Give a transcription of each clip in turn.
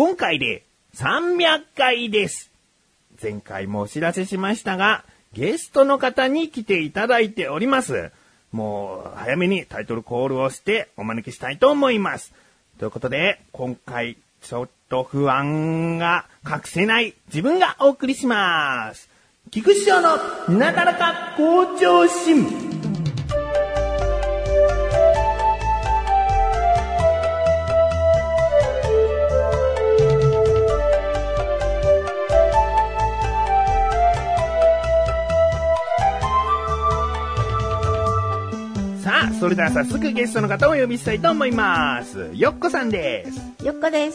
今回で300回です。前回もお知らせしましたが、ゲストの方に来ていただいております。もう早めにタイトルコールをしてお招きしたいと思います。ということで、今回ちょっと不安が隠せない自分がお送りします。菊池翔のなだらか向上心。それでは早速ゲストの方をお呼びしたいと思います。よっこさんです。 よっこです。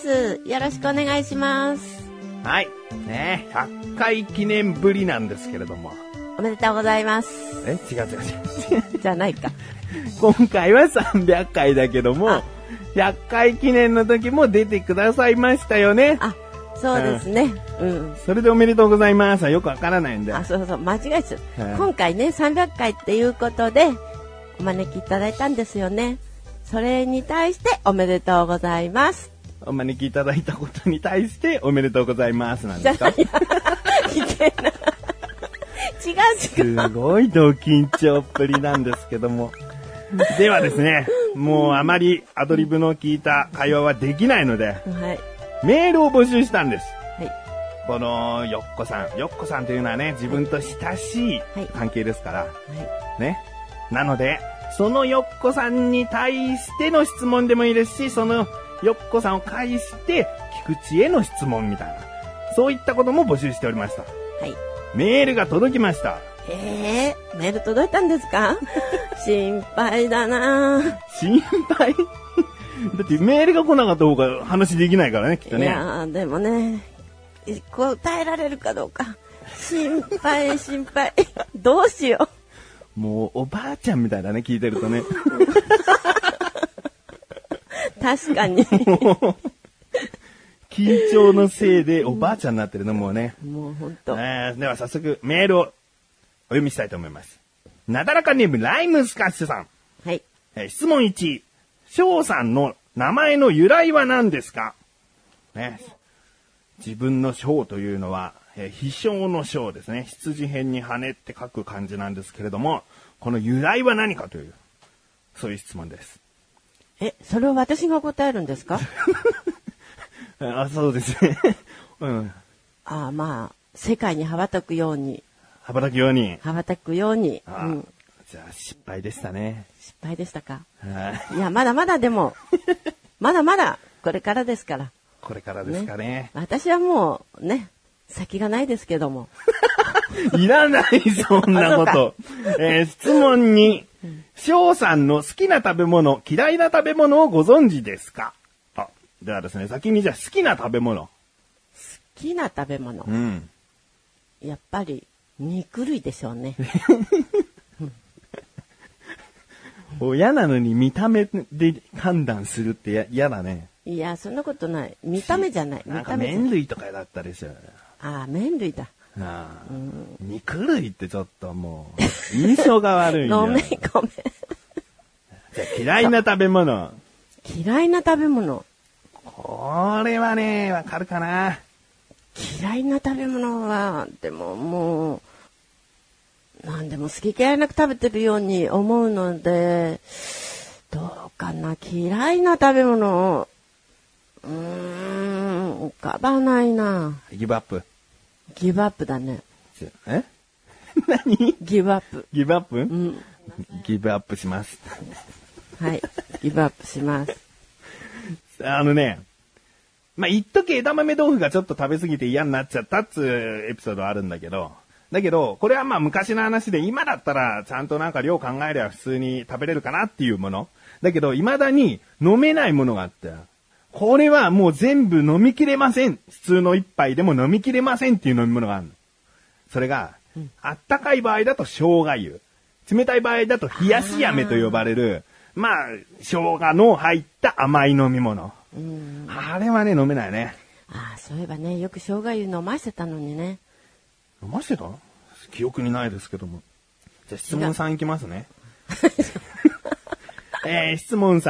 よろしくお願いします。 はい。ね、100回記念ぶりなんですけれども。 おめでとうございます。 違う。 じゃないか。 今回は300回だけども、100回記念の時も出てくださいましたよね。 あ、そうですね。うん。 それでおめでとうございますはよくわからないんで。 そう、間違えちゃう。今回ね、300回っていうことで、お招きいただいたんですよね。それに対しておめでとうございます。 お招きいただいたことに対しておめでとうございますなんですか？ いけない。違う。 すごいド緊張っぷりなんですけども。ではですね、もうあまりアドリブの効いた会話はできないので、 はい、 メールを募集したんです。 はい、 このよっこさんというのはね、自分と親しい関係ですから、ね。なので、そのよっこさんに対しての質問でもいいですし、そのよっこさんを介して菊池への質問みたいな、そういったことも募集しておりました。 はい。 メールが届きました。 メール届いたんですか？心配だな。 心配だってメールが来なかった方が話できないからね、きっとね。 いやでもね、答えられるかどうか。心配。どうしよう。 もうおばあちゃんみたいだね、聞いてるとね。 確かに。 緊張のせいでおばあちゃんになってるのもうね。 もうほんと。 では早速メールをお読みしたいと思います。なだらかネームライムスカッシュさん。 はい。 質問1。翔さんの名前の由来は何ですか？ね。自分の翔というのは、飛翔の翔ですね。羊編に羽って書く漢字なんですけれども、この由来は何かという、そういう質問です。 それを私が答えるんですか？ そうですね。うん。 まあ、世界に羽ばたくように。 羽ばたくように。 羽ばたくように。 うん。じゃあ、失敗でしたね。 失敗でしたか？いや、まだまだでも、まだまだ、これからですから。 これからですかね。 私はもう、ね、先がないですけども。 いらない、そんなこと。質問に、翔さんの好きな食べ物、嫌いな食べ物をご存知ですか？ではですね、先にじゃあ好きな食べ物。 好きな食べ物。 うん。 やっぱり、肉類でしょうね。 嫌なのに見た目で判断するって嫌だね。 いや、そんなことない。見た目じゃない。 なんか麺類とかだったでしょ。 麺類だ。 肉類ってちょっともう、印象が悪いよ。 ごめん。じゃあ嫌いな食べ物。 嫌いな食べ物。 これはね、わかるかな。 嫌いな食べ物は、でももう、なんでも好き嫌いなく食べてるように思うので、どうかな。嫌いな食べ物、浮かばないな。 ギブアップ。 ギブアップだね。 何？ ギブアップ。 ギブアップ？ うん。 ギブアップします。 はい。ギブアップします。 一時枝豆豆腐がちょっと食べ過ぎて嫌になっちゃったっつうエピソードあるんだけど、これは昔の話で、今だったらちゃんとなんか量考えれば普通に食べれるかなっていうもの。だけど、未だに飲めないものがあって、これはもう全部飲みきれません。普通の一杯でも飲みきれませんっていう飲み物があるの。それが、あったかい場合だと生姜湯。冷たい場合だと冷やし飴と呼ばれる、生姜の入った甘い飲み物。あれはね、飲めないね。 そういえばね、よく生姜湯飲ませたのにね。 飲ませた？記憶にないですけども。じゃあ質問3いきますね。質問3。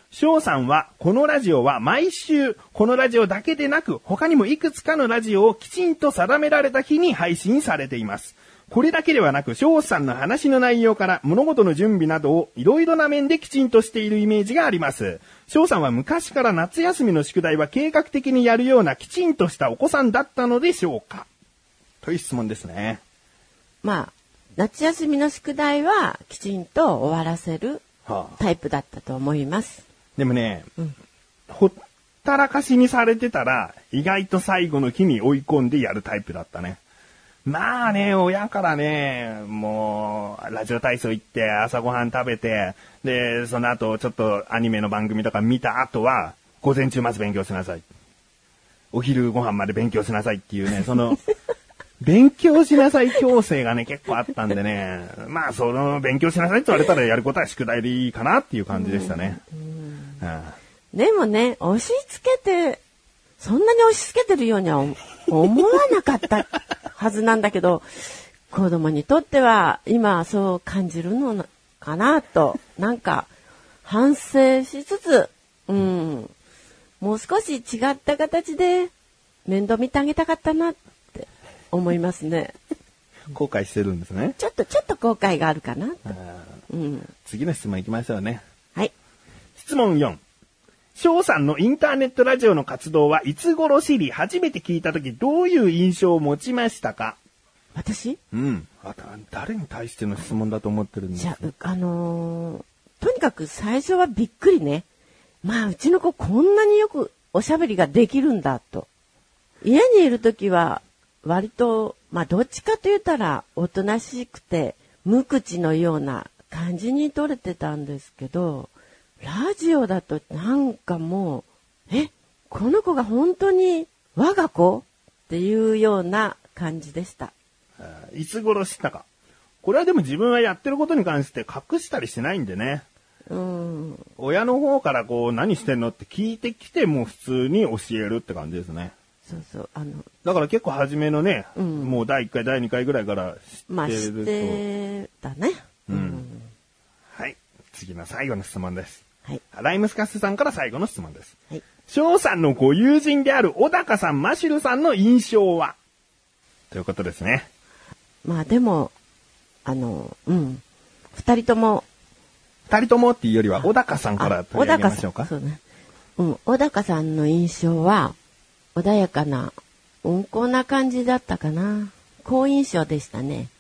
翔さんは、このラジオは毎週、このラジオだけでなく、他にもいくつかのラジオをきちんと定められた日に配信されています。これだけではなく、翔さんの話の内容から物事の準備などをいろいろな面できちんとしているイメージがあります。翔さんは昔から夏休みの宿題は計画的にやるようなきちんとしたお子さんだったのでしょうか、という質問ですね。 まあ、夏休みの宿題はきちんと終わらせるタイプだったと思います。 でもね、ほったらかしにされてたら、意外と最後の日に追い込んでやるタイプだったね。まあね、親からね、もう、ラジオ体操行って、朝ごはん食べて、で、その後、ちょっとアニメの番組とか見た後は、午前中まず勉強しなさい。お昼ご飯まで勉強しなさいっていうね、その、勉強しなさい強制がね、結構あったんでね、まあ、その、勉強しなさいって言われたらやることは宿題でいいかなっていう感じでしたね。 でもね、押し付けて、そんなに押し付けてるようには思わなかったはずなんだけど、子供にとっては今そう感じるのかなと、なんか反省しつつ、もう少し違った形で面倒見てあげたかったなって思いますね。 後悔してるんですね。 ちょっと後悔があるかな。 次の質問いきましょうね。 はい。 質問4。翔さんのインターネットラジオの活動はいつ頃知り、初めて聞いたときどういう印象を持ちましたか？ 私？ 誰に対しての質問だと思ってるんですか？ じゃあ、とにかく最初はびっくりね。まあ、うちの子こんなによくおしゃべりができるんだと。家にいるときは割と、まあ、どっちかと言ったらおとなしくて無口のような感じに取れてたんですけど、ラジオだとなんかもう、この子が本当に我が子っていうような感じでした。 いつ頃知ったか。これはでも自分はやってることに関して隠したりしてないんでね。親の方からこう何してんのって聞いてきてもう普通に教えるって感じですね。 そうだから結構初めのね、もう第1回第2回ぐらいから知ってると。 まあ知ってたね。 はい。次の最後の質問です。 はい。 ライムスカスさんから最後の質問です。 はい。 翔さんのご友人である小高さん、マシュルさんの印象はということですね。 まあでも、二人ともっていうよりは小高さんから取り上げましょうか。 そうね。小高さんの印象は穏やかな温厚な感じだったかな。好印象でしたね。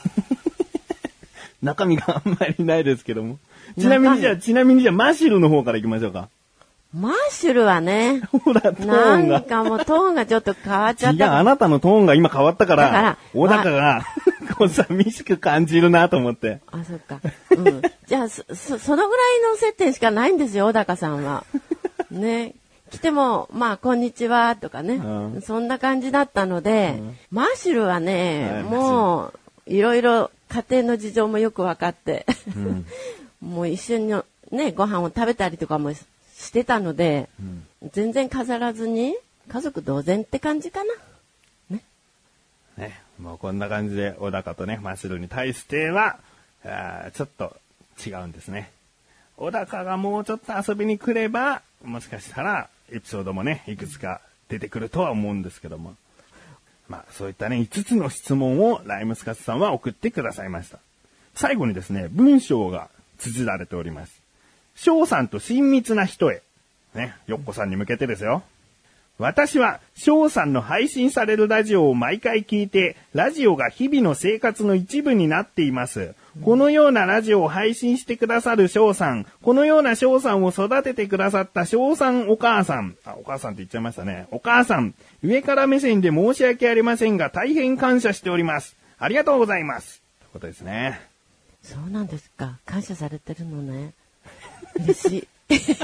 中身があんまりないですけども。ちなみにじゃあマシュルの方から行きましょうか。 マッシュルはね、 ほら、トーンが。 なんかもうトーンがちょっと変わっちゃった。 違う、あなたのトーンが今変わったから、小高が、こう寂しく感じるなと思って。 あ、そっか。じゃあ、そのぐらいの接点しかないんですよ、小高さんは。ね。来ても、まあ、こんにちは、とかね。そんな感じだったので、マッシュルはね、もう、いろいろ家庭の事情もよくわかって、もう一緒にね、ご飯を食べたりとかもしてたので、全然飾らずに家族同然って感じかな。 ね、もうこんな感じで小高とね、マシュルに対しては、ちょっと違うんですね。小高がもうちょっと遊びに来れば、もしかしたらエピソードもね、いくつか出てくるとは思うんですけども。まあそういったね、5つの質問をライムスカスさんは送ってくださいました。最後にですね、文章が綴られております。翔さんと親密な人へ。ね、よっこさんに向けてですよ。私は翔さんの配信されるラジオを毎回聞いて、ラジオが日々の生活の一部になっています。このようなラジオを配信してくださる翔さん、このような翔さんを育ててくださった翔さんお母さん、お母さんって言っちゃいましたね。お母さん、上から目線で申し訳ありませんが、大変感謝しております。ありがとうございます。ということですね。 そうなんですか。感謝されてるのね。嬉しい。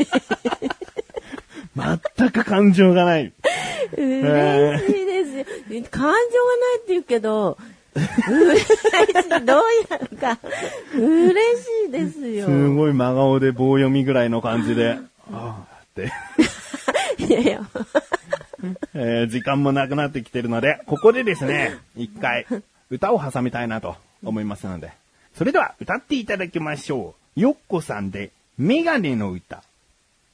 全く感情がない。 嬉しいですよ。感情がないって言うけど、どうやるか嬉しいですよ。 すごい真顔で棒読みぐらいの感じで、ああって。 いやいや。 時間もなくなってきてるので、ここでですね、一回歌を挟みたいなと思いますので、それでは歌っていただきましょう。よっこさんでメガネの歌。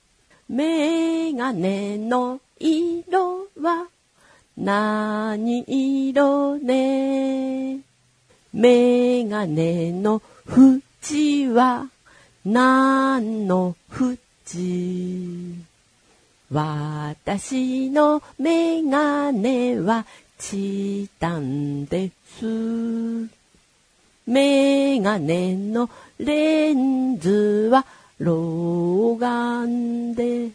メガネの色は何色ね。メガネの縁は何の縁。私のメガネはチタンです。メガネのレンズは老眼で。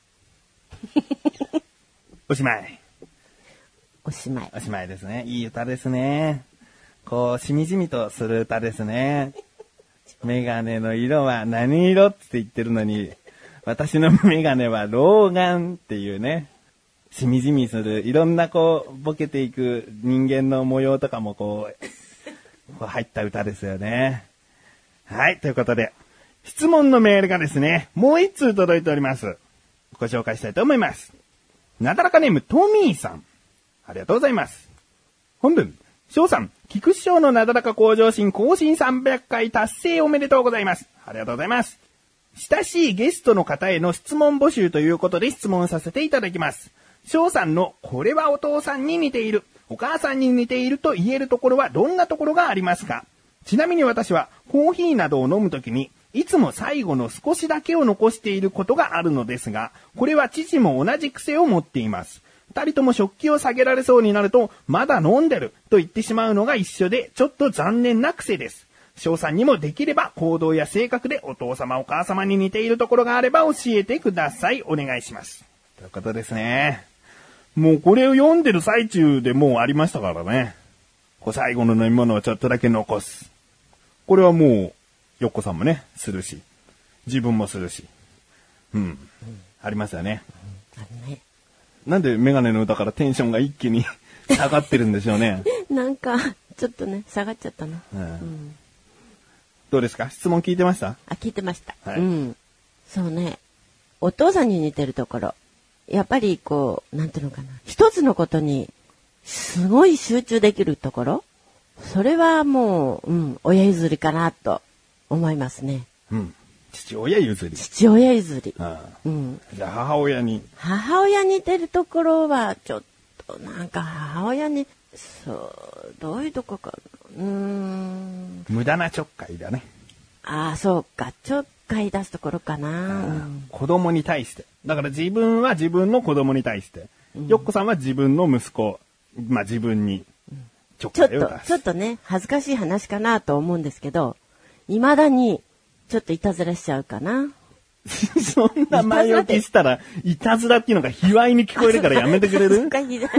おしまい。 おしまい。 おしまいですね。いい歌ですね。こう、しみじみとする歌ですね。メガネの色は何色って言ってるのに、私のメガネは老眼っていうね。しみじみする、いろんなこう、ボケていく人間の模様とかもこう入った歌ですよね。はい、ということで、質問のメールがですね、もう一通届いております。ご紹介したいと思います。なだらかネームトミーさん。ありがとうございます。本文、翔さん、菊師匠のなだらか向上心更新300回達成おめでとうございます。ありがとうございます。親しいゲストの方への質問募集ということで質問させていただきます。翔さんのこれはお父さんに似ている、お母さんに似ていると言えるところはどんなところがありますか？ちなみに私はコーヒーなどを飲むときにいつも最後の少しだけを残していることがあるのですが、これは父も同じ癖を持っています。二人とも食器を下げられそうになると、まだ飲んでると言ってしまうのが一緒で、ちょっと残念な癖です。翔さんにもできれば行動や性格でお父様お母様に似ているところがあれば教えてください。お願いします。ということですね。もうこれを読んでる最中でもうありましたからね。こう最後の飲み物をちょっとだけ残す。これはもう、よっこさんもね、するし、自分もするし。ありますよね。 あるね。 なんでメガネの歌からテンションが一気に下がってるんでしょうね。 なんか、ちょっとね、下がっちゃったな。 どうですか？質問聞いてました？ 聞いてました。 はい。 そうね。お父さんに似てるところ。やっぱりこう、なんていうのかな。一つのことに、すごい集中できるところ。それはもう、親譲りかなと思いますね。 父親譲り。 父親譲り。 じゃあ母親に。 母親に似てるところは、ちょっとなんか母親に、どういうとこか。 無駄なちょっかいだね。 そうか。ちょっかい出すところかな。 子供に対して。だから自分は自分の子供に対して。よっこさんは自分の息子。自分に。ちょっとね、恥ずかしい話かなと思うんですけど、未だに、ちょっといたずらしちゃうかな。 そんな前置きしたら、いたずらっていうのが卑猥に聞こえるからやめてくれる？ そういういたず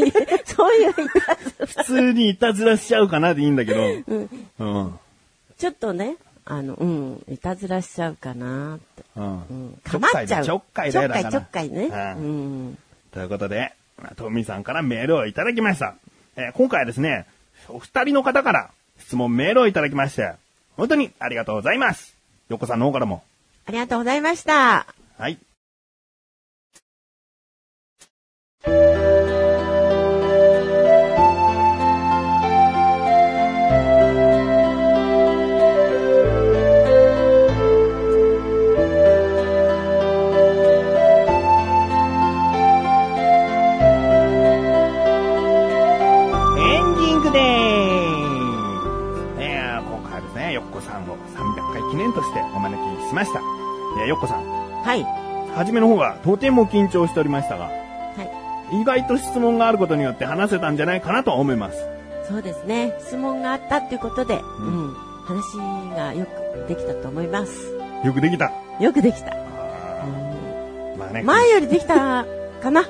ら。 普通にいたずらしちゃうかなでいいんだけど。 ちょっとね、いたずらしちゃうかなって。かまっちゃう。 ちょっかいだよだから。 ちょっかいね。 ということで、トミーさんからメールをいただきました。今回はですね、お二人の方から質問メールをいただきまして、本当にありがとうございます。よっこさんの方からも。 ありがとうございました。 はい。としてお招きしました。よっこさん。 はい。 初めの方はとても緊張しておりましたが、 はい。 意外と質問があることによって話せたんじゃないかなと思います。 そうですね。質問があったっていうことで、話がよくできたと思います。 よくできた。 よくできた。 まあね。 前よりできたかな。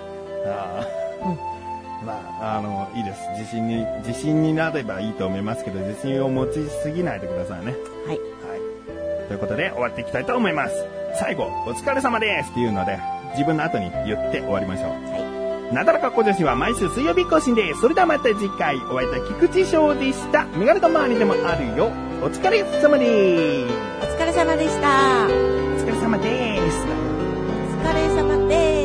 いいです。自信になればいいと思いますけど、自信を持ちすぎないでくださいね。 はい。 ということで終わっていきたいと思います。最後、お疲れ様ですっていうので、自分の後に言って終わりましょう。 はい。 なだらか小女子は毎週水曜日更新です。それではまた次回、お会いいた菊池翔でした。メガネと周りでもあるよ。お疲れ様です。 お疲れ様でした。 お疲れ様です。 お疲れ様です。